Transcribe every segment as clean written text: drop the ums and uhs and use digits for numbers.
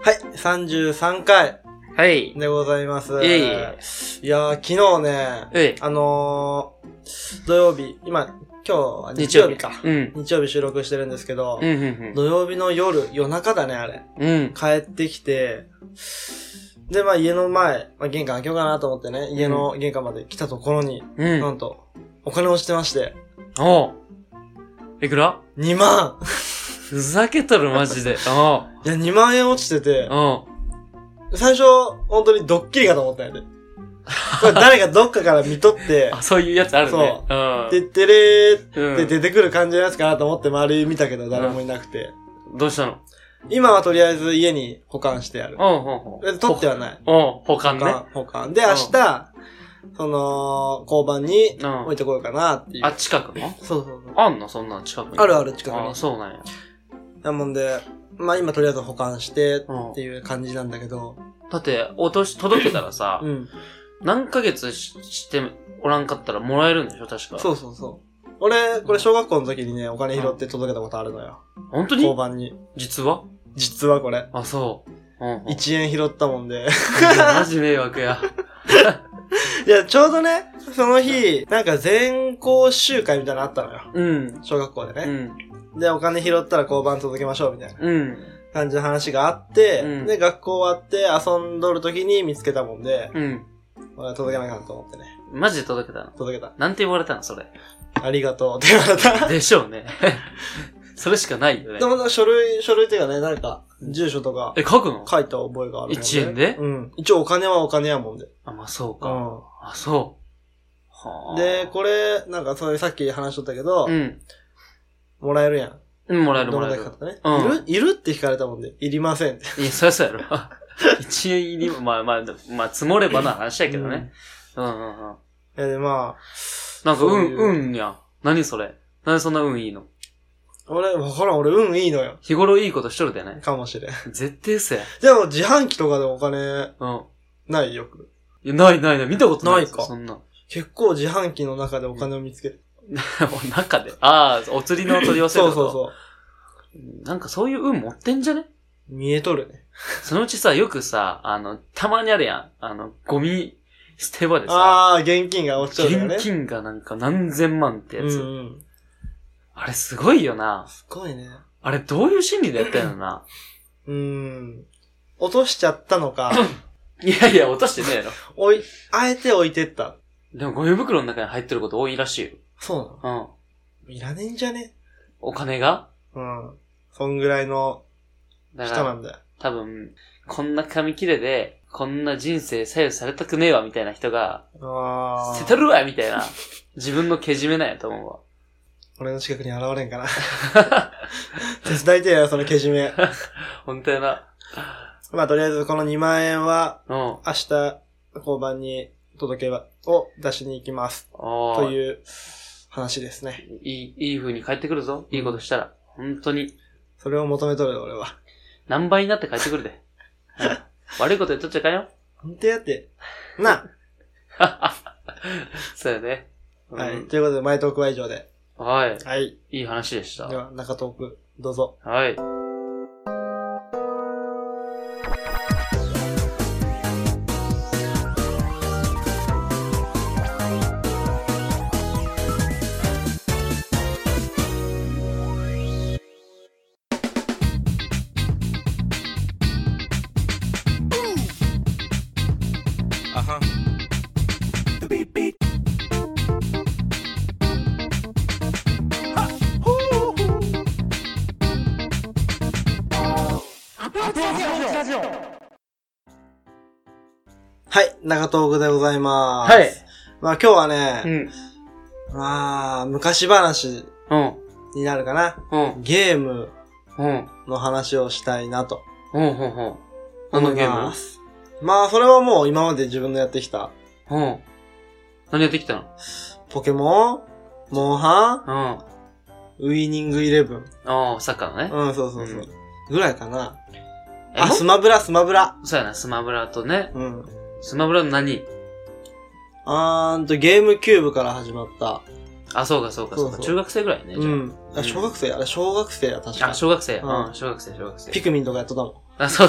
はい、33回はい。 でございます。 いやー、昨日ね、土曜日、今日は日曜日か。日曜日収録してるんですけど、土曜日の夜中だね、あれ。帰ってきて、で、まあ家の前、玄関開けようかなと思ってね、家の玄関まで来たところに、なんと、お金落ちてまして。 いくら ?2 万ふざけとる、マジで。いや、 2万円落ちてて、最初、本当にドッキリかと思ったんやで。これ誰かどっかから見とって、 そういうやつあるね。 そう。てってれーって出てくる感じのやつかなと思って周り見たけど誰もいなくて。 どうしたの？ 今はとりあえず家に保管してある。取ってはない。 保管ね。 保管。で、明日、交番に置いてこようかなっていう。 近くの？ そう。 あんのそんなの近くに？ ある近くに。 そうなんや。 なもんで、まあ今とりあえず保管してっていう感じなんだけど。 だって、届けたらさ、何ヶ月しておらんかったらもらえるんでしょ確か。 そう。俺、これ小学校の時にね、お金拾って届けたことあるのよ。 本当に？ 交番に。 実はこれ。 そう。 1円拾ったもんで。 マジ迷惑や。 いや、ちょうどね、その日、なんか全校集会みたいなのあったのよ。小学校でね。で、お金拾ったら交番届けましょうみたいな。感じの話があって、で、学校終わって遊んどる時に見つけたもんで、俺は届けなきゃなと思ってね。 マジで届けたの？ 届けた。 なんて言われたのそれ。 ありがとうって言われた。 でしょうね。それしかないよね。 でも書類っていうかね、なんか、住所とか。 書くの？ 書いた覚えがあるもんね。 1円で？ 一応お金はお金やもんで。 まあそうか。そう。 で、これ、なんかそれさっき話しとったけど、もらえるやん。 もらえる。 どのだけ買ったね。いるって聞かれたもんで、いりませんって。 いや、そうやろ。1円いり、まあ、積もればな話やけどね。いや、で、まあ。 なんか、や。何それ？何そんな運いいの？ 俺運いいのよ。 日頃いいことしとるでね。 かもしれん。 絶対嘘や。 でも、自販機とかでお金、ないよく。 いや、ない。見たことない。 ないか。 そんな。 結構自販機の中でお金を見つける。 中で？お釣りの取り寄せる。そう。なんかそういう運持ってんじゃね？ 見えとるね。 そのうちさ、よくさ、たまにあるやん。ゴミ捨て場でさ。 現金が落ちちゃうよね。 現金がなんか何千万ってやつ。あれすごいよな。 すごいね。 あれどういう心理でやったんやろな。 落としちゃったのか。 いや、落としてねえの。 あえて置いてった。 でもゴミ袋の中に入ってること多いらしいよ。 そうなの？いらねえんじゃね？ お金が？ そんぐらいの人なんだよ。 多分、こんな紙切れで、こんな人生左右されたくねえわみたいな人が、捨ててるわみたいな、自分のけじめなんやと思うわ。 俺の近くに現れんかな。手伝いてよ、そのけじめ。 ほんとやな。 まあ、とりあえずこの2万円は、明日、交番に届けを出しに行きます。という話ですね。 いい風に帰ってくるぞ。いいことしたら。本当に。 それを求めとるよ、俺は。 何倍になって帰ってくるで。悪いこと言っとっちゃいかんよ。 ほんとやって。な。 そうやね。 はい。ということで、前トークは以上で。 はい。いい話でした。 では、中トーク、どうぞ。 はい。 はい、中トークでございます。 はい。 まあ今日はね、昔話になるかな。ゲームの話をしたいなと。 何のゲーム？ まあそれはもう今まで自分のやってきた。 何やってきたの？ ポケモン？モンハン？ウイニングイレブン。 サッカーのね。 そう。ぐらいかな。スマブラ。 そうやな、スマブラとね。スマブラの何？ ゲームキューブから始まった。 そうか。中学生ぐらいね。 小学生や、確か。 小学生。小学生。 ピクミンとかやっとったもん。 あ、そう。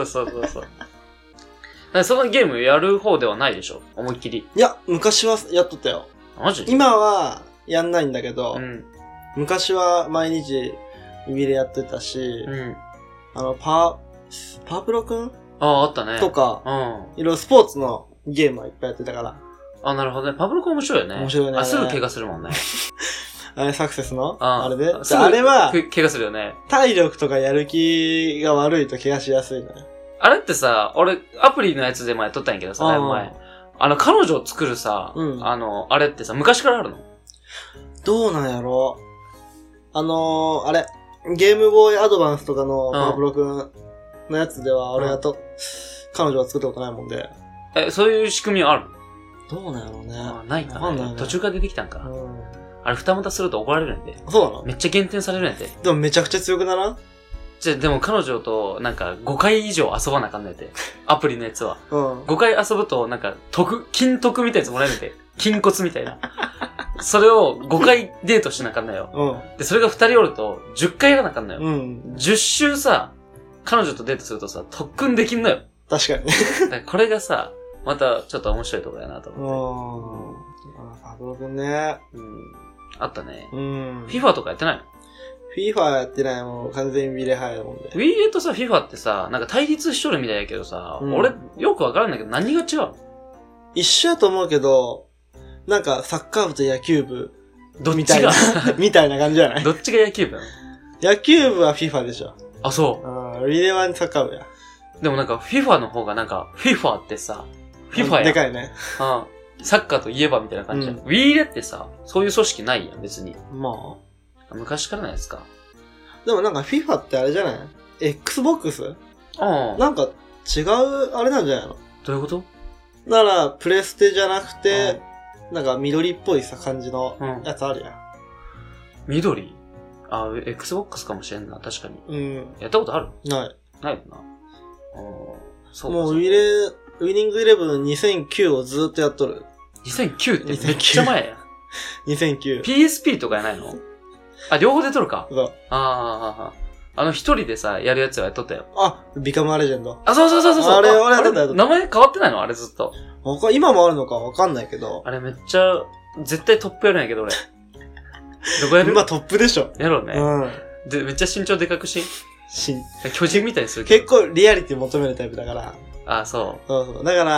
そのゲームやる方ではないでしょ思いっきり。 いや、昔はやっとったよ。 マジ？ 今はやんないんだけど、昔は毎日ウィレやってたし、パープロくんあったね。 とか、いろいろスポーツのゲームはいっぱいやってたから。 あ、なるほどね。パープロくん面白いよね。 面白いね。 あ、すぐ怪我するもんね。 あれ、サクセスのあれであれは、 怪我するよね。 体力とかやる気が悪いと怪我しやすいのよ。 あれってさ、俺、アプリのやつで前撮ったんやけどさ、前。彼女を作るさ、あれってさ、昔からあるの？ どうなんやろあれ、ゲームボーイアドバンスとかのパープロくんのやつでは、俺彼女は作ったことないもんで。 そういう仕組みはある？ どうなんやろうね。 ないかな。途中から出てきたんか。あれ、二股すると怒られるんで。 そうなの？ めっちゃ減点されるんで。 でもめちゃくちゃ強くならん？ でも彼女と、なんか、5回以上遊ばなあかんねんて。アプリのやつは。5回遊ぶと、なんか、金徳みたいなやつもらえるんで。筋骨みたいな。それを5回デートしなあかんのよ。で、それが2人おると、10回やらなあかんのよ。10周さ、彼女とデートするとさ、特訓できんのよ。 確かにね。 だからこれがさ、また、ちょっと面白いところやなと思って。 パブロ君ね。 あったね。FIFA とかやってないの ？FIFA やってないもん。完全にウィレハイだもんで。 ウィレとさ、FIFA ってさ、なんか対立しとるみたいやけどさ、俺、よくわからんだけど何が違うの？ 一緒やと思うけど、なんかサッカー部と野球部、 どっちがみたいな感じじゃない？ どっちが野球部なの？ 野球部は FIFA でしょ。 あ、そう。 ウィレはサッカー部や。 でもなんか FIFA の方がなんか、FIFA ってさ、FIFA や。 でかいね。 サッカーといえばみたいな感じじゃん。ウィーレってさ、そういう組織ないやん、別に。 まあ。昔からないですか。 でもなんか FIFA ってあれじゃない？ Xbox？ なんか違う、あれなんじゃないの？ どういうこと？ だから、プレステじゃなくて、なんか緑っぽいさ感じのやつあるやん。 緑？Xbox かもしれんな、確かに。やったことある？ ない。 ないよな。 そうもうウィニングイレブン2009をずっとやっとる。 2009ってめっちゃ前や。 2009。 PSP とかやないの？あ、両方で撮るか。 そう。 一人でさ、やるやつはやっとったよ。 ビカムアレジェンド。 そう。 あれやってたよ。 名前変わってないの？あれずっと。 今もあるのかわかんないけど。 あれめっちゃ、絶対トップやるんやけど俺。どこやる？ 今トップでしょ。 やろうね。で、めっちゃ身長でかくし。巨人みたいにするけど。結構リアリティ求めるタイプだから。 そう。 そう。だから、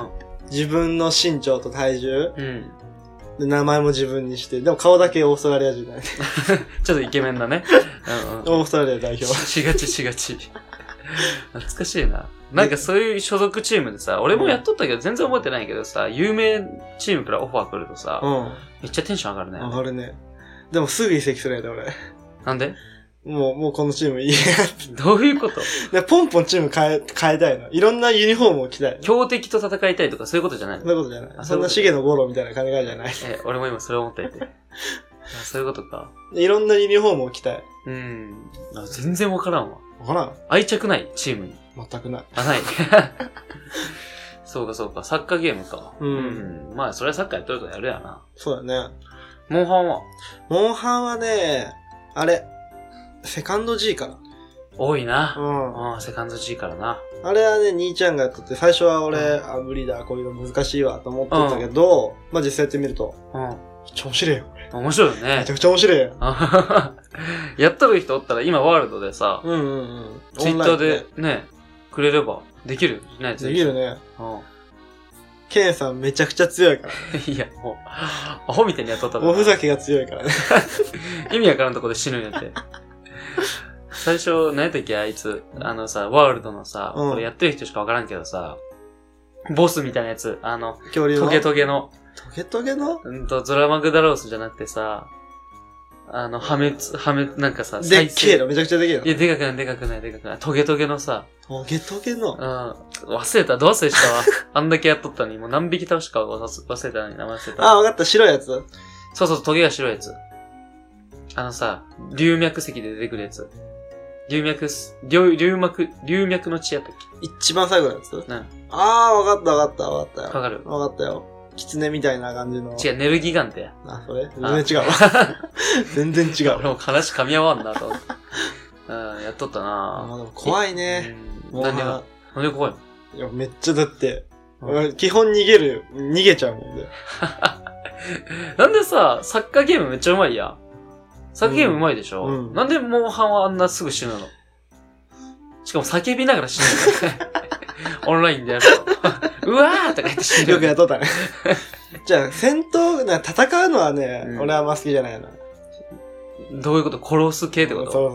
自分の身長と体重。で、名前も自分にして。でも顔だけオーストラリア人だね。 ちょっとイケメンだね。 オーストラリア代表。 しがち。懐かしいな。なんかそういう所属チームでさ、俺もやっとったけど全然覚えてないけどさ、有名チームからオファー来るとさ、めっちゃテンション上がるね。 上がるね。でもすぐ移籍するやで、俺。 なんで？ もうこのチームいいや。 どういうこと？ でポンポンチーム変えたいの。いろんなユニフォームを着たい。 強敵と戦いたいとかそういうことじゃないの？ そういうことじゃない。そんな重野五郎みたいな考えじゃない。 俺も今それ思っていて。そういうことか。 いろんなユニフォームを着たい。 全然わからんわ。 わからん？ 愛着ないチームに。 全くない。 ない。そうか。サッカーゲームか。まあ、それはサッカーやっとるとやるやな。 そうだね。 モンハンはね、あれ、セカンド G かな。 多いな。セカンド G からな。 あれはね、兄ちゃんがやっとって、最初は俺、無理だ、こういうの難しいわ、と思ってたけど、まあ実際やってみると、めっちゃ面白いよ。 面白いよね。 めちゃくちゃ面白いよ。 やっとる人おったら、今ワールドでさ、ツイッターでね、くれれば、できるね。 できるね。ケンさんめちゃくちゃ強いからね。いや、もう、アホみたいにやっとったおふざけが強いからね。 意味わからんとこで死ぬんやって。最初、何やったっけあいつ。ワールドのさ、これやってる人しかわからんけどさ、ボスみたいなやつ。 恐竜のトゲトゲの。 トゲトゲのゾラマグダロースじゃなくてさ、なんかさ、 でっけえのめちゃくちゃでけえの。 いや、でかくない。トゲトゲのさ。 トゲトゲの忘れた。どう忘れしたわ。あんだけやっとったのに、もう何匹倒しか忘れたのに名前忘れた。 わかった。白いやつ？ そう、トゲが白いやつ。龍脈石で出てくるやつ。龍脈の血やったっけ？ 一番最後のやつ？わかったよ。わかる？わかったよ。狐みたいな感じの。 違う、ネルギガンテや。 それ全然違うわ。全然違う。 俺も話噛み合わんなと思って。やっとったなでも怖いね。 なんで怖いの？ いや、めっちゃだって、基本逃げちゃうもんね。 なんでさ、サッカーゲームめっちゃうまいやん。サッカーゲームうまいでしょ、なんでモンハンはあんなすぐ死ぬの？しかも叫びながら死ぬの。オンラインでやると。うわーとか言って死ぬ。 よくやっとったね。じゃあ、戦うのはね、俺はあんま好きじゃないの。 どういうこと？殺す系ってこと？ そう。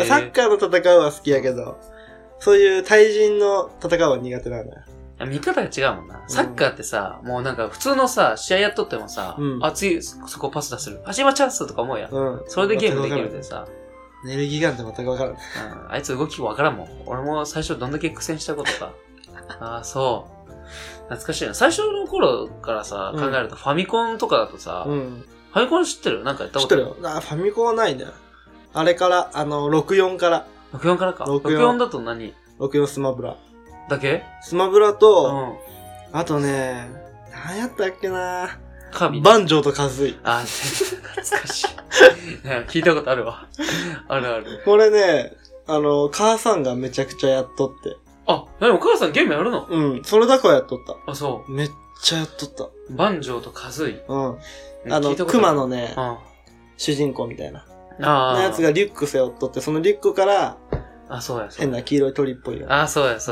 サッカーの戦うは好きやけど、そういう対人の戦うは苦手なんだよ。 見方が違うもんな。サッカーってさ、もうなんか普通のさ、試合やっとってもさ、次そこパス出せる。今チャンスとか思うやん。それでゲームできるんでさ。 ネルギガンって全くわからん。 あいつ動きわからんもん。俺も最初どんだけ苦戦したことか。そう。懐かしいな。最初の頃からさ、考えるとファミコンとかだとさ、ファミコン知ってる？なんかやったことある？ 知ってるよ。ファミコンはないんだよ。あれから、64から。 64からか。64だと何？ 64スマブラ。 だけ？ スマブラと、あとね、何やったっけなバンジョーとカズイ。 懐かしい。聞いたことあるわ。ある。 これね、母さんがめちゃくちゃやっとって。 お母さんゲームやるの？ それだからやっとった。 そう。 めっちゃやっとった。 バンジョーとカズイ。 クマのね、主人公みたいな。のやつがリュック背負っとって、そのリュックから、 そうや。 変な黄色い鳥っぽいや。そうや。おった。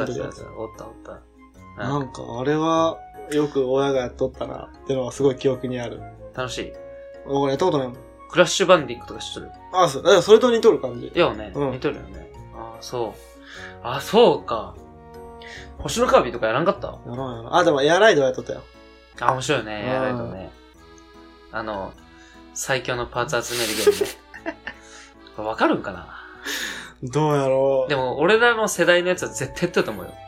なんか、あれは、よく親がやっとったな、ってのはすごい記憶にある。 楽しい。 俺やったことないもん。 クラッシュバンディックとか知っとる？ それと似とる感じ。 いやね。似とるよね。そう。そうか。星のカービィとかやらんかった？やらん。でもエアライドはやっとったよ。 面白いよね、エアライドね。最強のパーツ集めるゲームね。これわかるんかな？ どうやろう。 でも、俺らの世代のやつは絶対やってると思うよ。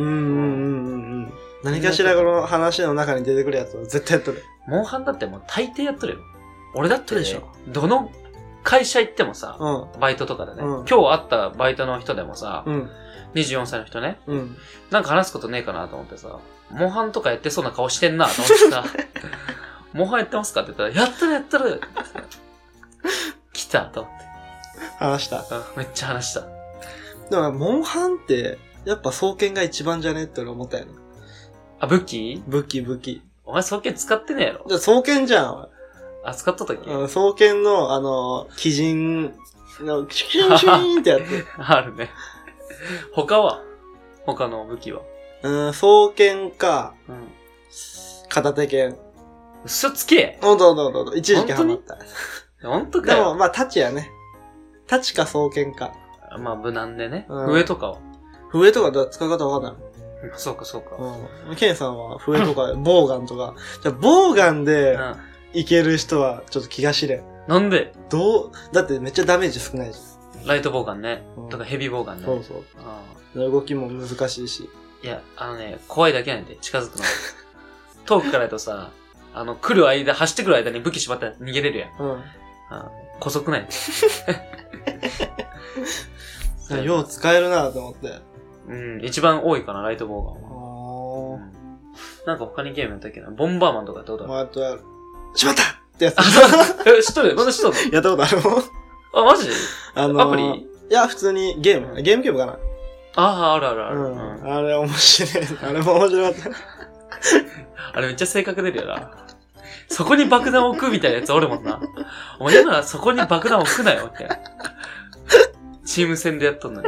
何かしらこの話の中に出てくるやつは絶対やっとる。 モンハンだってもう大抵やっとるよ。俺だってでしょ。どの会社行ってもさ、バイトとかでね、今日会ったバイトの人でもさ、24歳の人ね、なんか話すことねえかなと思ってさ、モンハンとかやってそうな顔してんなと思ってさ、モンハンやってますかって言ったら、やってる来たと思って。 話した。 めっちゃ話した。 でも、モンハンって、やっぱ双剣が一番じゃねって俺思ったよね。 武器。 お前双剣使ってねえやろ。 双剣じゃん。 使っとったっけ？ 双剣の、鬼人の、シューンってやって。 あるね。他の武器は？ 双剣か、片手剣。 嘘つけ！ ほんと。一時期ハマった。 ほんとかよ。 でも、太刀やね。太刀か双剣か。 無難でね。笛とかは？ 笛とか使い方わかんない。 そうか。 ケンさんは笛とか、ボウガンとか。じゃあ、ボウガンで、いける人は、ちょっと気が知れん。 なんで？ だってめっちゃダメージ少ないじゃん。ライトボウガンね。とかヘビーボウガンね。 そう。動きも難しいし。 いや、怖いだけなんで、近づくの。遠くからやとさ、走ってくる間に武器縛ったら逃げれるやん。古速ない。 よう使えるなと思って。 一番多いかな、ライトボウガンは。なんか他にゲームやったっけな。ボンバーマンとかやったことある？ しまったってやつ。 知っとる？まだ知っとるの？ やったことあるもん。 マジ？アプリ？ いや、普通にゲームキューブかな。 ある。 あれ面白い。あれも面白かった。 あれめっちゃ性格出るよな。そこに爆弾を置くみたいなやつおるもんな。お前今そこに爆弾置くなよ、みたいな。チーム戦でやっとんのに。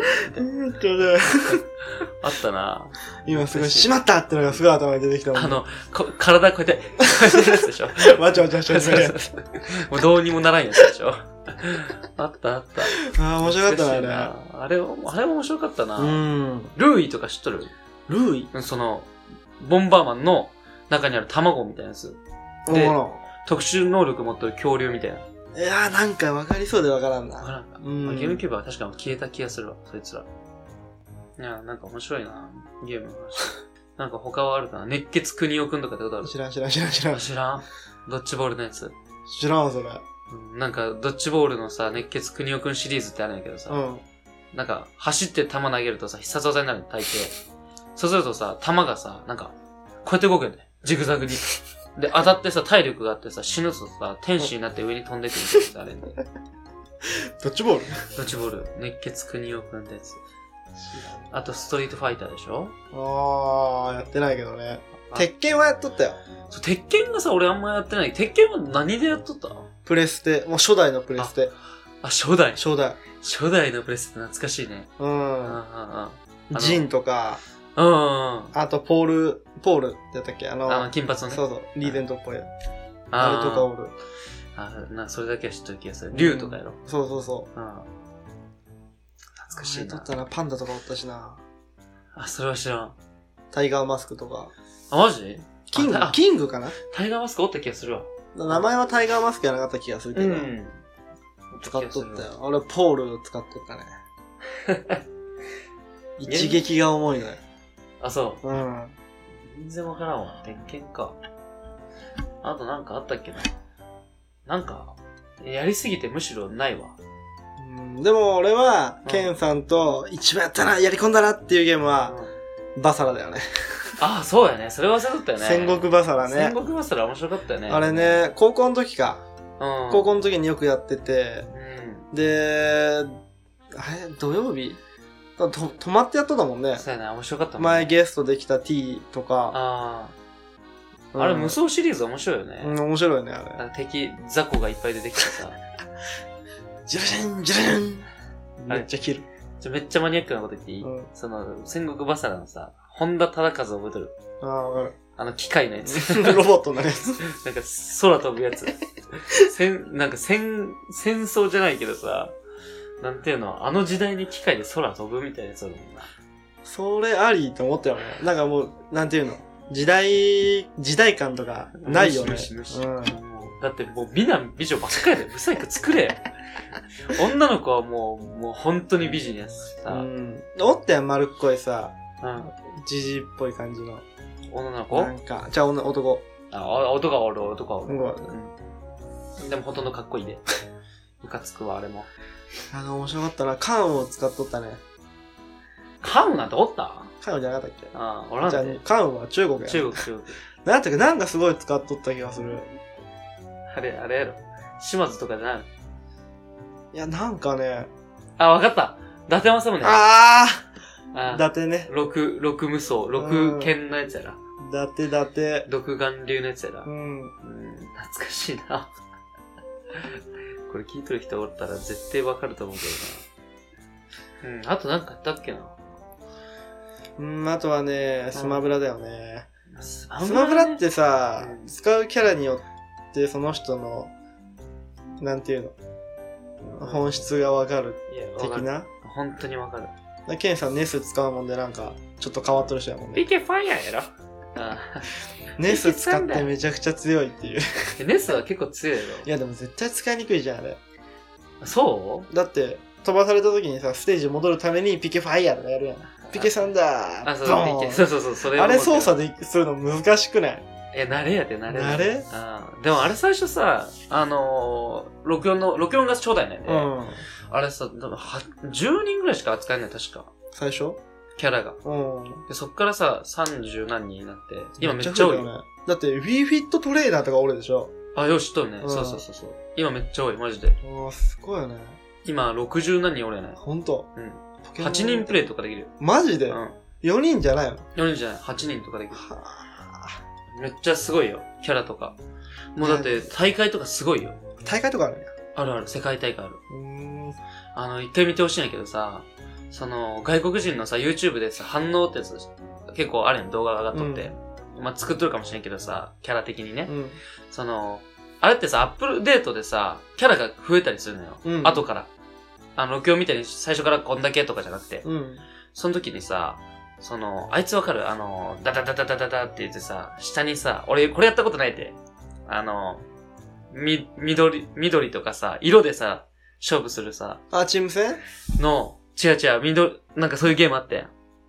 あったな。 今すごい、しまったってのがすごい頭に出てきたもん。 体こうやって、やつでしょ。 わちゃわちゃしてるやつ。 もうどうにもならんやつでしょ。あった。 面白かったな、あれも面白かったな。ルーイとか知っとる？ ルーイ？ ボンバーマンの中にある卵みたいなやつ。で、特殊能力持ってる恐竜みたいな。 いやーなんか分かりそうで分からんな。 分からんか。ゲームキューブは確かに消えた気がするわ、そいつら。いや、なんか面白いな、ゲームの話。なんか他はあるかな？熱血国尾くんとかってことある？ 知らん。 知らん？ドッジボールのやつ。 知らん、それ。 なんか、ドッジボールのさ、熱血国尾くんシリーズってあるんやけどさ、なんか、走って球投げるとさ、必殺技になるの、大抵。そうするとさ、球がさ、なんか、こうやって動くよね。ジグザグに。で、当たってさ、体力があってさ、死ぬとさ、天使になって上に飛んでくるみたいなやつあれんで。 ドッジボール？ ドッジボール。熱血国尾くんってやつ。 あとストリートファイターでしょ。 やってないけどね。鉄拳はやっとったよ。 鉄拳がさ、俺あんまやってない。鉄拳は何でやっとった？ プレステ。もう初代のプレステ。 初代のプレステ懐かしいね。 ジンとか、あとポールってやったっけ？ 金髪のね。 そうそう、リーゼントっぽい。あれとかおる。 それだけは知ってる気がする。竜とかやろ。 そうそうそう。 懐かしいな。 撮ったな、パンダとかおったしな。 それは知らん。 タイガーマスクとか。 マジ？ キングかな？ タイガーマスクおった気がするわ。 名前はタイガーマスクやなかった気がするけど。使っとったよ。俺、ポールを使っとったね。一撃が重いのよ。 そう。全然わからんわ。鉄拳か。あとなんかあったっけな。なんか、やりすぎてむしろないわ。 でも俺は、ケンさんと一番やったな、やり込んだなっていうゲームは、バサラだよね。 そうやね。それ忘れとったよね。 戦国バサラね。 戦国バサラ面白かったよね。 あれね、高校の時か。高校の時によくやってて、で、土曜日泊まってやっとったもんね。 そうやね、面白かったもんね。前ゲストできた T とか。 あれ無双シリーズ面白いよね。 面白いよね、あれ。 敵、雑魚がいっぱい出てきてさ。 ジャラジャン、ジャラジャン。めっちゃ切る。 めっちゃマニアックなこと言っていい？戦国バサラのさ、本田忠和を覚えとる。 わかる。 機械のやつ。 ロボットのやつ。 なんか、空飛ぶやつ。なんか戦争じゃないけどさ、なんていうの、あの時代に機械で空飛ぶみたいなやつだもんな。 それありと思ったよね。なんかもう、なんていうの、時代感とかないよね。 だってもう美男美女ばっかりでブサイク作れ。女の子はもう本当に美人やつさ。 おったやん、丸っこいさ、ジジイっぽい感じの。 女の子？ なんか、じゃあ男。 男はおる。でもほとんどかっこいいで。ムカつくわ、あれも。 面白かったな。カンを使っとったね。 カンなんておった？ カンじゃなかったっけ？ おらんで。 じゃあ、カンは中国や。 中国。 なんていうか、なんかすごい使っとった気がする。 あれやろ。島津とかじゃないの？ いや、なんかね。 わかった。伊達政宗。 伊達ね。 六無双、六剣のやつやな。 伊達。 独眼流のやつやな。懐かしいな。これ聞いとる人おったら絶対わかると思うけどな。あとなんかあったっけな。 あとはね、スマブラだよね。スマブラってさ、使うキャラによってその人の、なんていうの、本質がわかる的な。 本当にわかる。 ケンさんネス使うもんでなんか、ちょっと変わっとる人やもんね。 ピケファイヤーやろ。 ネス使ってめちゃくちゃ強いっていう。 ネスは結構強いやろ。 いやでも絶対使いにくいじゃん、あれ。 そう？ だって、飛ばされた時にさ、ステージ戻るためにピケファイヤーとかやるやん。ピケさんだー。 そう、それあれ操作でするの難しくない？ 慣れやで、慣れ。 慣れ？ でもあれ最初さ、64が初代なんで、あれさ、10人ぐらいしか扱えない、確か。 最初？ キャラが。で、そっからさ、30何人になって、今めっちゃ多いよ。 だって Wii フィットトレーナーとかおるでしょ？ よし、知っとるね。そう。今めっちゃ多い、マジで。 すごいよね。 今60何人おるよね。 ほんと 8人プレイとかできるよ。 マジで？4人じゃないの？ 4人じゃない。8人とかできる。めっちゃすごいよ。キャラとか。もうだって大会とかすごいよ。 大会とかあるんや。 ある。世界大会ある。一回見てほしいんやけどさ、外国人のさ、YouTube でさ、反応ってやつ、結構あるやん、動画が上がっとって。作っとるかもしれんけどさ、キャラ的にね。あれってさ、アップデートでさ、キャラが増えたりするのよ。後から。64みたいに最初からこんだけとかじゃなくて。その時にさ、あいつわかる？ダダダダダダダって言ってさ、下にさ、俺これやったことないって。緑とかさ、色でさ、勝負するさ。 チーム戦？ 違う、なんかそういうゲームあってん。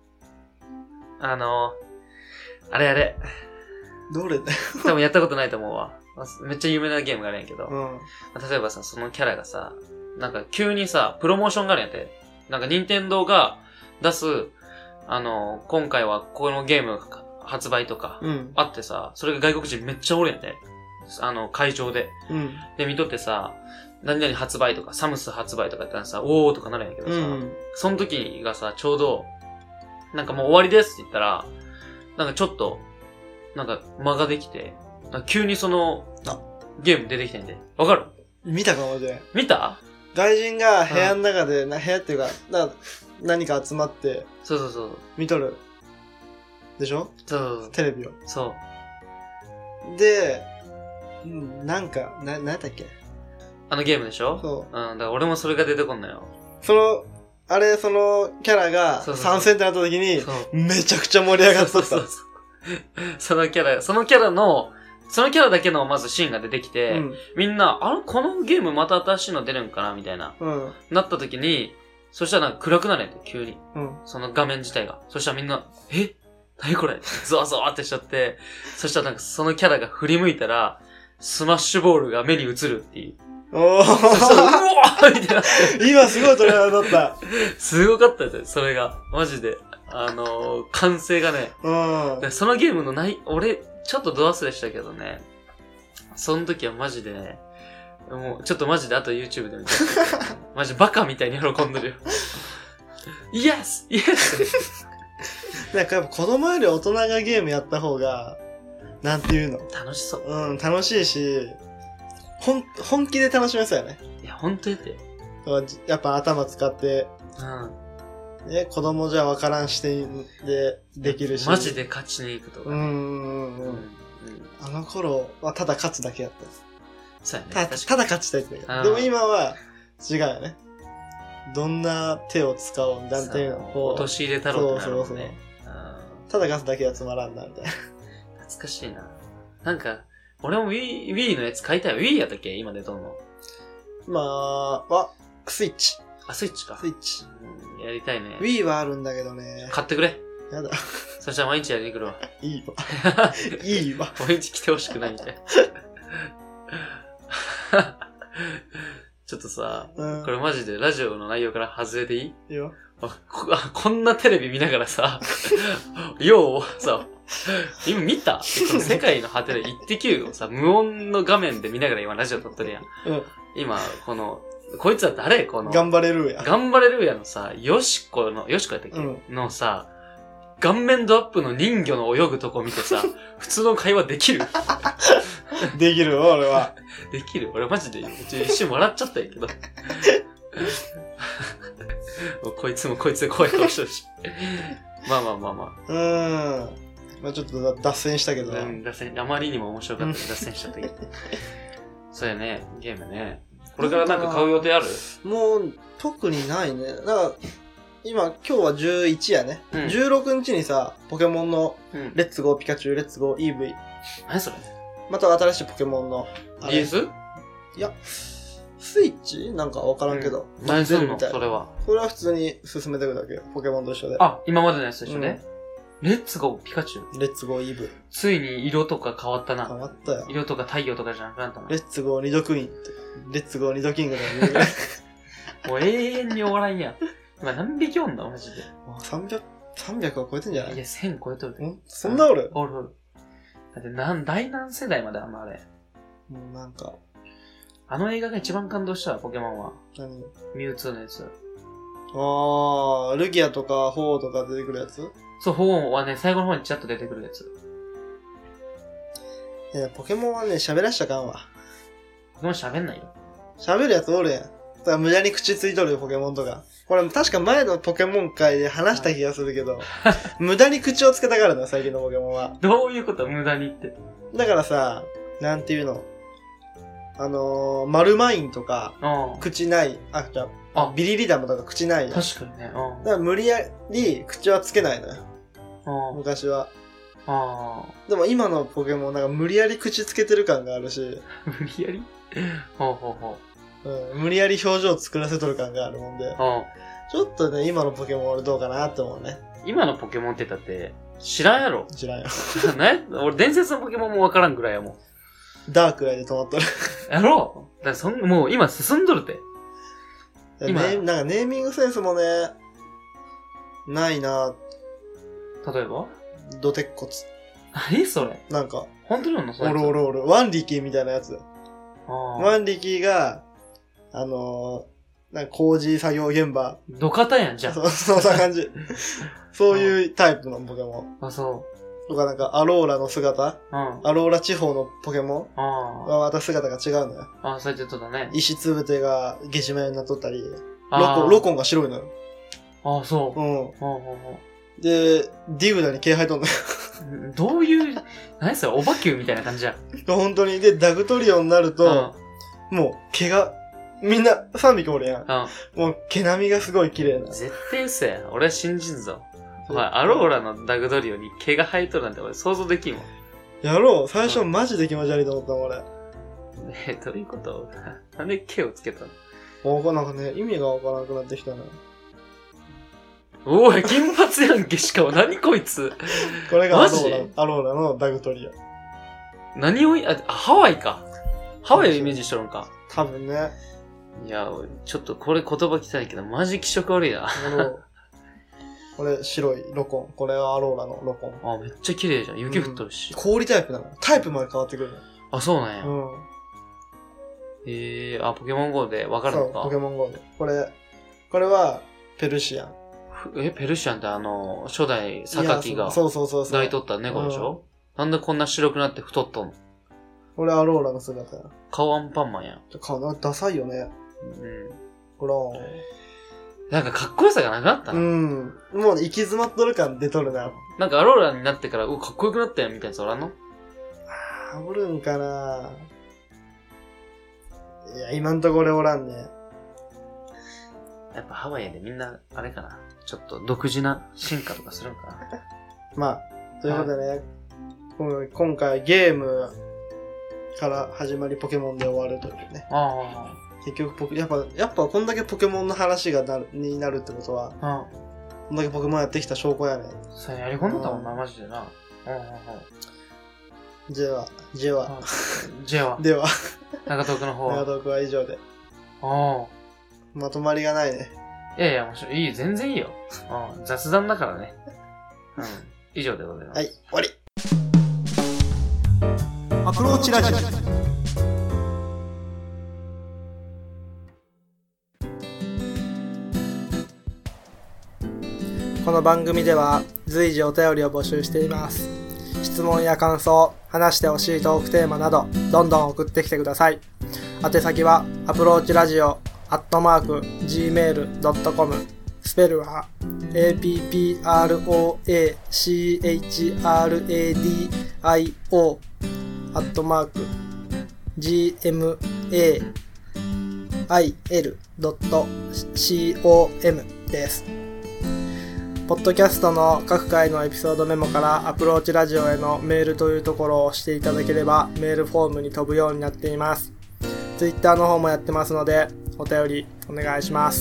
あれ。 どれだよ。 多分やったことないと思うわ。めっちゃ有名なゲームがあるんやけど。例えばさ、そのキャラがさ、なんか急にさ、プロモーションがあるんやって。なんか任天堂が出す、今回はこのゲーム発売とか、あってさ、それが外国人めっちゃおるんやって。 会場で。 うん。 で、見とってさ、何々発売とか、サムス発売とか言ったらさ、おーとかなるんやけどさ、その時がさ、ちょうど、なんかもう終わりですって言ったら、なんかちょっと、なんか間ができて、急にその、ゲーム出てきてんで。わかる？ 見たかもしれん。 見た？ 外人が部屋の中で、部屋っていうか、何か集まって、 そう。 見とる。でしょ？ そう。 テレビを。 そう。 で、なんか、なんだっけ？ ゲームでしょ？ そう。 だから俺もそれが出てこんのよ。 そのキャラが参戦ってなった時に、めちゃくちゃ盛り上がっとった。 そのキャラだけのまずシーンが出てきて、みんな、このゲームまた新しいの出るんかなみたいな。なった時に、そしたらなんか暗くなるんやて、急に。その画面自体が。そしたらみんな、何これゾワゾワってしちゃって、そしたらなんかそのキャラが振り向いたら、スマッシュボールが目に映るっていう。 おーそしたら、うわーみたいなって。 今すごい鳥肌だった。 すごかったよ、それが。マジで。完成がね。そのゲームの俺、ちょっとド忘れしたけどね。その時はマジでね、もう、ちょっとマジであと YouTube で見て。マジバカみたいに喜んでるよ。イエスイエスなんかやっぱ子供より大人がゲームやった方が、なんていうの？ 楽しそう。 楽しいし、本気で楽しめそうやね。 いや、ほんとやって。 やっぱ頭使って、子供じゃ分からん視点でできるし。 マジで勝ちに行くとか、ね。 あの頃はただ勝つだけやった。 そうやね。 ただ勝ちたいって言う。でも今は違うよね。どんな手を使おうみたいなっていうのを。 落とし入れたろうってなるもんね。 ただ勝つだけはつまらんな、みたいな。 懐かしいな。なんか、俺も Wii のやつ買いたい。Wii やったっけ今出とんの。 スイッチ。 スイッチか。 スイッチ。 やりたいね。 Wii はあるんだけどね。 買ってくれ。 やだ。 そしたら毎日やりに来るわ。 いいわ。いいわ。 毎日来てほしくないみたい。ちょっとさ、これマジでラジオの内容から外れていい？ いいよ。 こんなテレビ見ながらさ、ようさ、今見た？この世界の果てでイッテ Q をさ、無音の画面で見ながら今ラジオ撮ってるやん。今、こいつは誰？ 頑張れるや。 頑張れるやのさ、よしこやったっけ？のさ、顔面ドアップの人魚の泳ぐとこ見てさ、普通の会話できる？ できる俺は。 できる？俺マジで一瞬笑っちゃったんやけど。こいつもこいつで怖い顔してるし。まあ。 ちょっと脱線したけど。 あまりにも面白かった脱線しちゃったけど。そうやね、ゲームね。これからなんか買う予定ある？ もう、特にないね。だから、今日は11やね。16日にさ、ポケモンの、レッツゴーピカチュウ、レッツゴー EV。 何それ？ また新しいポケモンの。 DS？ いや、スイッチなんかわからんけど。 何すんのそれは。 これは普通に進めていくだけよ。ポケモンと一緒で。 今までのやつと一緒で。レッツゴーピカチュウ。 レッツゴー EV。 ついに色とか変わったな。 変わったよ。 色とか太陽とかじゃなくなったな。 レッツゴーニドクイーンって。レッツゴーニドキングだよ。 もう永遠に終わらんやん。今何匹おんだマジで。 300は超えてんじゃない？ いや、1000超えとる。 そんなおる？ おる。だって第何世代まであれ。 もうなんか。 映画が一番感動したわ、ポケモンは。 何？ ミュウツーのやつ。 ルギアとかホーとか出てくるやつ？ そう、ホーはね、最後の方にチャッと出てくるやつ。 いや、ポケモンはね、喋らしちゃかんわ。 ポケモン喋んないよ。 喋るやつおるやん。だから無駄に口ついとるよ、ポケモンとか。これ確か前のポケモン界で話した気がするけど、無駄に口をつけたがるな、最近のポケモンは。 どういうこと？無駄にって。 だからさ、なんていうの？マルマインとか、口ない。ビリリダムとか口ないやん。 確かにね。 だから無理やり口はつけないのよ。昔は。でも今のポケモンなんか無理やり口つけてる感があるし。 無理やり？ 無理やり表情を作らせとる感があるもんで。ちょっとね、今のポケモン俺どうかなって思うね。今のポケモンってだって、知らんやろ？ 知らんよ。 ね？俺伝説のポケモンもわからんくらいやもん。 ダークライで止まっとる。 やろう？だからもう今進んどるって。 今なんかネーミングセンスもね、ないな。 例えば？ ド鉄骨。 何それ？ なんか、 本当におんの？ おる。ワンリキみたいなやつ。ワンリキが、なんか工事作業現場。 土方やん、じゃあ。 そんな感じ。そういうタイプのポケモン。 あ、そう。 とかなんか、アローラの姿。アローラ地方のポケモンはまた姿が違うのよ。 そうやってとったね。 石つぶてがゲシマヨになっとったり、ロコンが白いのよ。 そう。 で、ディグダに毛生えとんのよ。 どういう、何それ、オバキューみたいな感じじゃん。 本当に。で、ダグトリオになると、もう毛が、みんな3匹おるやん。もう毛並みがすごい綺麗な。 絶対嘘やん。俺は信じんぞ。お前、アローラのダグトリオに毛が生えとるなんて俺想像できんわ。 やろう。最初マジで気持ち悪いと思ったもん、俺。 どういうこと？なんで毛をつけたの？ なんかね、意味がわからなくなってきたな。 おい、金髪やんけ、しかも。何こいつ。 これがアローラのダグトリオ。 何をハワイか。ハワイをイメージしとるんか。 多分ね。 いや、ちょっとこれ言葉きたいけど、マジ気色悪いな。 これ白いロコン。これはアローラのロコン。 めっちゃ綺麗じゃん。雪降っとるし。 氷タイプなの。タイプまで変わってくるの。そうなんや。ポケモン GO で分かるのか。 そう、ポケモン GO で。これは、ペルシアン。 ペルシアンって初代榊が抱いとった猫でしょ？なんでこんな白くなって太っとんの？ これアローラの姿や。 顔アンパンマンやん。 顔ダサいよね。ほら。なんかかっこよさがなくなったな。 もう行き詰まっとる感出とるな。 なんかアローラになってから、かっこよくなったやんみたいなやつおらんの？ おるんかな。いや、今んところおらんね。 やっぱハワイでみんな、あれかな。ちょっと独自な進化とかするんかな。 まあ、ということでね、今回ゲームから始まりポケモンで終わるというね。結局やっぱこんだけポケモンの話になるってことは、こんだけポケモンやってきた証拠やね。 それやり込んでたもんな、マジでな。 では。 では。長トークの方は。 長トークは以上で。まとまりがないね。 いや、いい、全然いいよ。雑談だからね。以上でございます。 はい、終わり。アプローチラジオ。この番組では随時お便りを募集しています。質問や感想、話してほしいトークテーマなど、どんどん送ってきてください。宛先はアプローチラジオ@gmail.com、 スペルは APPROACHRADIO@gmail.com です。ポッドキャストの各回のエピソードメモからアプローチラジオへのメールというところを押していただければメールフォームに飛ぶようになっています。ツイッターの方もやってますのでお便りお願いします。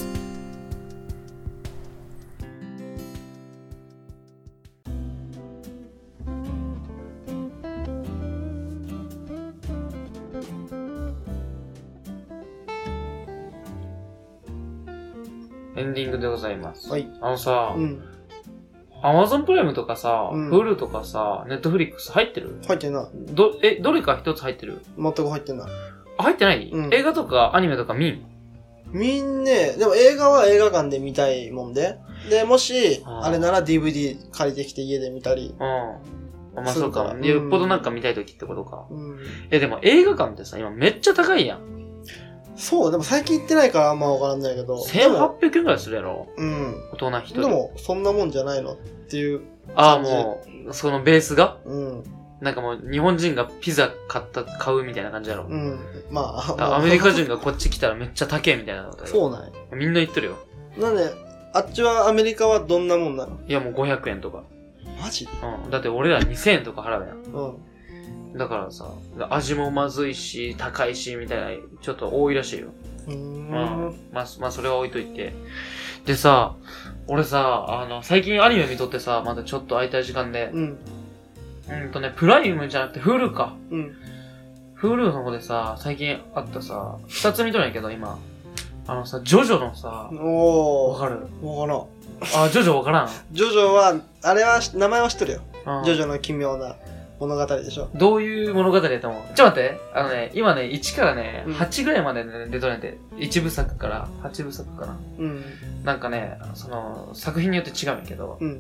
エンディングでございます。 はい。 アマゾンプライムとかさ、Hulu とかさ、ネットフリックス入ってる？ 入ってない。 どれか一つ入ってる？ 全く入ってない。 入ってない？映画とかアニメとか見んね。でも映画は映画館で見たいもんで。で、もし、あれなら DVD 借りてきて家で見たり。 まあそうか。よっぽどなんか見たい時ってことか。でも映画館ってさ、今めっちゃ高いやん。 そう、でも最近行ってないからあんまわからんないけど。 1800円くらいするやろ？大人一人。 でも、そんなもんじゃないのっていう。 もう、そのベースが？なんかもう、日本人がピザ買うみたいな感じやろ？ まあ。 アメリカ人がこっち来たらめっちゃ高えみたいな。 そうなんや。 みんな言ってるよ。 なんで、あっちはアメリカはどんなもんなの？ いやもう500円とか。 マジ？ だって俺ら2000円とか払うやん。だからさ、味もまずいし、高いし、みたいな、ちょっと多いらしいよ。まあそれは置いといて。でさ、俺さ、最近アニメ見とってさ、まだちょっと空いた時間で。プライムじゃなくて Hulu か。Hulu の方でさ、最近あったさ、2つ見とるんやけど、今。ジョジョのさ、わかる？ わからん。 ジョジョわからん？ ジョジョは、あれは、名前は知ってるよ。ジョジョの奇妙な物語でしょ。 どういう物語だと思う？ちょっと待って。今ね、1からね、8ぐらいまでね、出とれて、1部作から8部作かな。うん。なんかね、作品によって違うんやけど、うん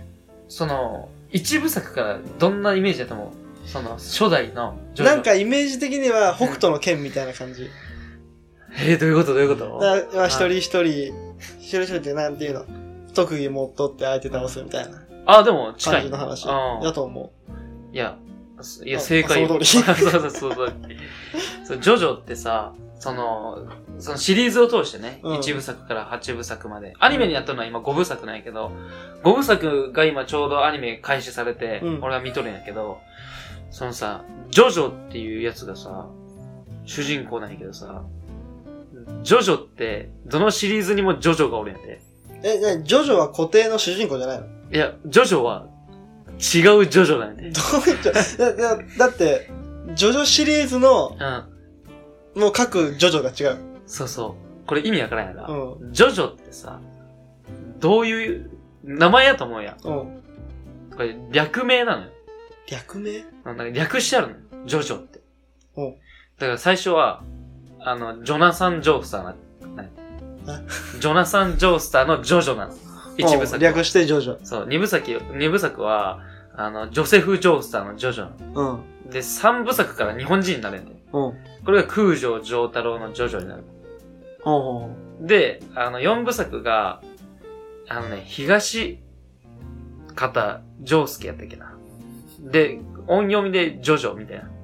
。1部作からどんなイメージだと思う？初代のジョジョ。なんかイメージ的には北斗の剣みたいな感じ。 どういうこと一人一人ってなんていうの？特技持っとって相手倒すみたいな。 でも近い。 感じの話だと思う。 いや、正解。 その通り。 そう。ジョジョってさ、そのシリーズを通してね、1部作から8部作まで。アニメにやったのは今5部作なんやけど、5部作が今ちょうどアニメ開始されて、俺は見とるんやけど、ジョジョっていうやつがさ、主人公なんやけどさ、ジョジョって、どのシリーズにもジョジョがおるんやで。 ジョジョは固定の主人公じゃないの？ いや、ジョジョは違うジョジョなんで。 どういうだって、ジョジョシリーズの、もう各ジョジョが違う。 そうそう。これ意味わからんやな。ジョジョってさ、どういう名前やと思うやん。これ略名なのよ。 略名？ なんか略してあるのよ。ジョジョって。だから最初は、ジョナサン・ジョースタージョナサン・ジョースターのジョジョなの。1部作。 略してジョジョ。 そう、2部作は、ジョセフ・ジョースターのジョジョなの。で、3部作から日本人になれんだよ。これが空城城太郎のジョジョになる。で、4部作が、東方丈介やったっけな。で、音読みでジョジョみたいな。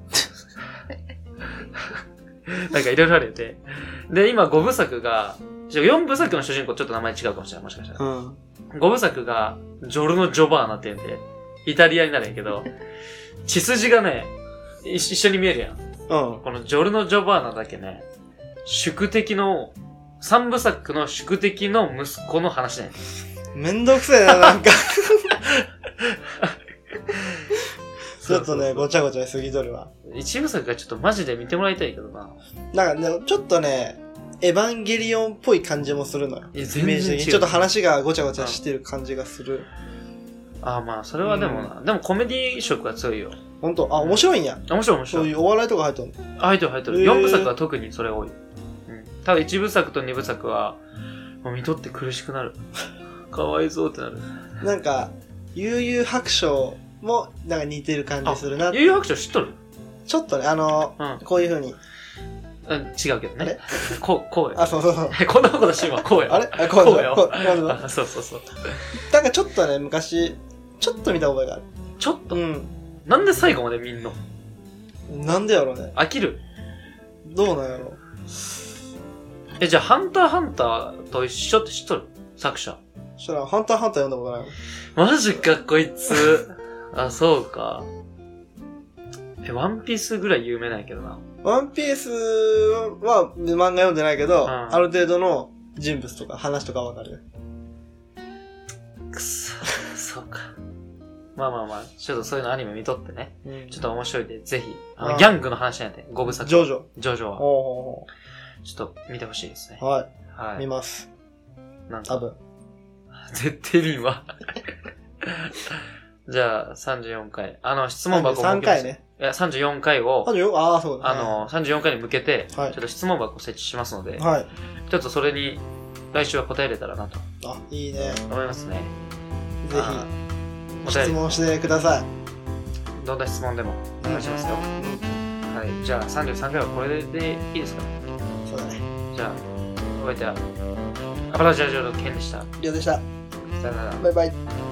なんかいろいろあるよね。で、今5部作が、4部作の主人公ちょっと名前違うかもしれない。もしかしたら。5部作が、ジョルノ・ジョバーナって言うんで、イタリアになるんやけど、血筋がね、一緒に見えるやん。このジョルノ・ジョバーナだけね、3部作の宿敵の息子の話ね。 めんどくせえな、なんか。ちょっとね、ごちゃごちゃしすぎとるわ。 1部作がちょっとマジで見てもらいたいけどな。 なんかね、ちょっとね、エヴァンゲリオンっぽい感じもするのよ。イメージ的に。ちょっと話がごちゃごちゃしてる感じがする。 まあ、それはでもな。でもコメディ色が強いよ。 ほんと？面白いんや。 面白い。 そういうお笑いとか入っとるの？ 入っとる。4部作は特にそれ多い。ただ1部作と2部作は、もう見とって苦しくなる。かわいそうってなる。 なんか、悠々白書も、なんか似てる感じするな。 悠々白書知っとる？ ちょっとね、こういう風に。 違うけどね。こうよ。 そう。 こんなことして今、こうよ。 こうよ。そう。 なんかちょっとね、昔、ちょっと見た覚えがある。 ちょっと？なんで最後まで見んの？ なんでやろうね。 飽きる？ どうなんやろう。じゃあ、ハンターハンターと一緒って知っとる？作者。 そしたら、ハンターハンター読んだことないの？マジか、こいつ。そうか。ワンピースぐらい有名なんやけどな。 ワンピースは漫画読んでないけど、ある程度の人物とか話とかわかる。 そうか。まあ、ちょっとそういうのアニメ見とってね。ちょっと面白いで、ぜひ。ギャングの話なんやて、5部作。ジョジョは。ちょっと見てほしいですね。 はい。見ます。多分。 絶対見んわ。じゃあ、34回。質問箱を 3回ね。 いや、34回を、 そうだね。 34回に向けて、ちょっと質問箱を設置しますので、ちょっとそれに、来週は答えれたらなと。 いいね。 思いますね。 ぜひ、質問してください。 どんな質問でもお願いしますよ。はい。じゃあ、33回はこれでいいですかね。 そうだね。 じゃあ、お相手は、アパラジャジョのケンでした。 リオでした。 さよなら。 バイバイ。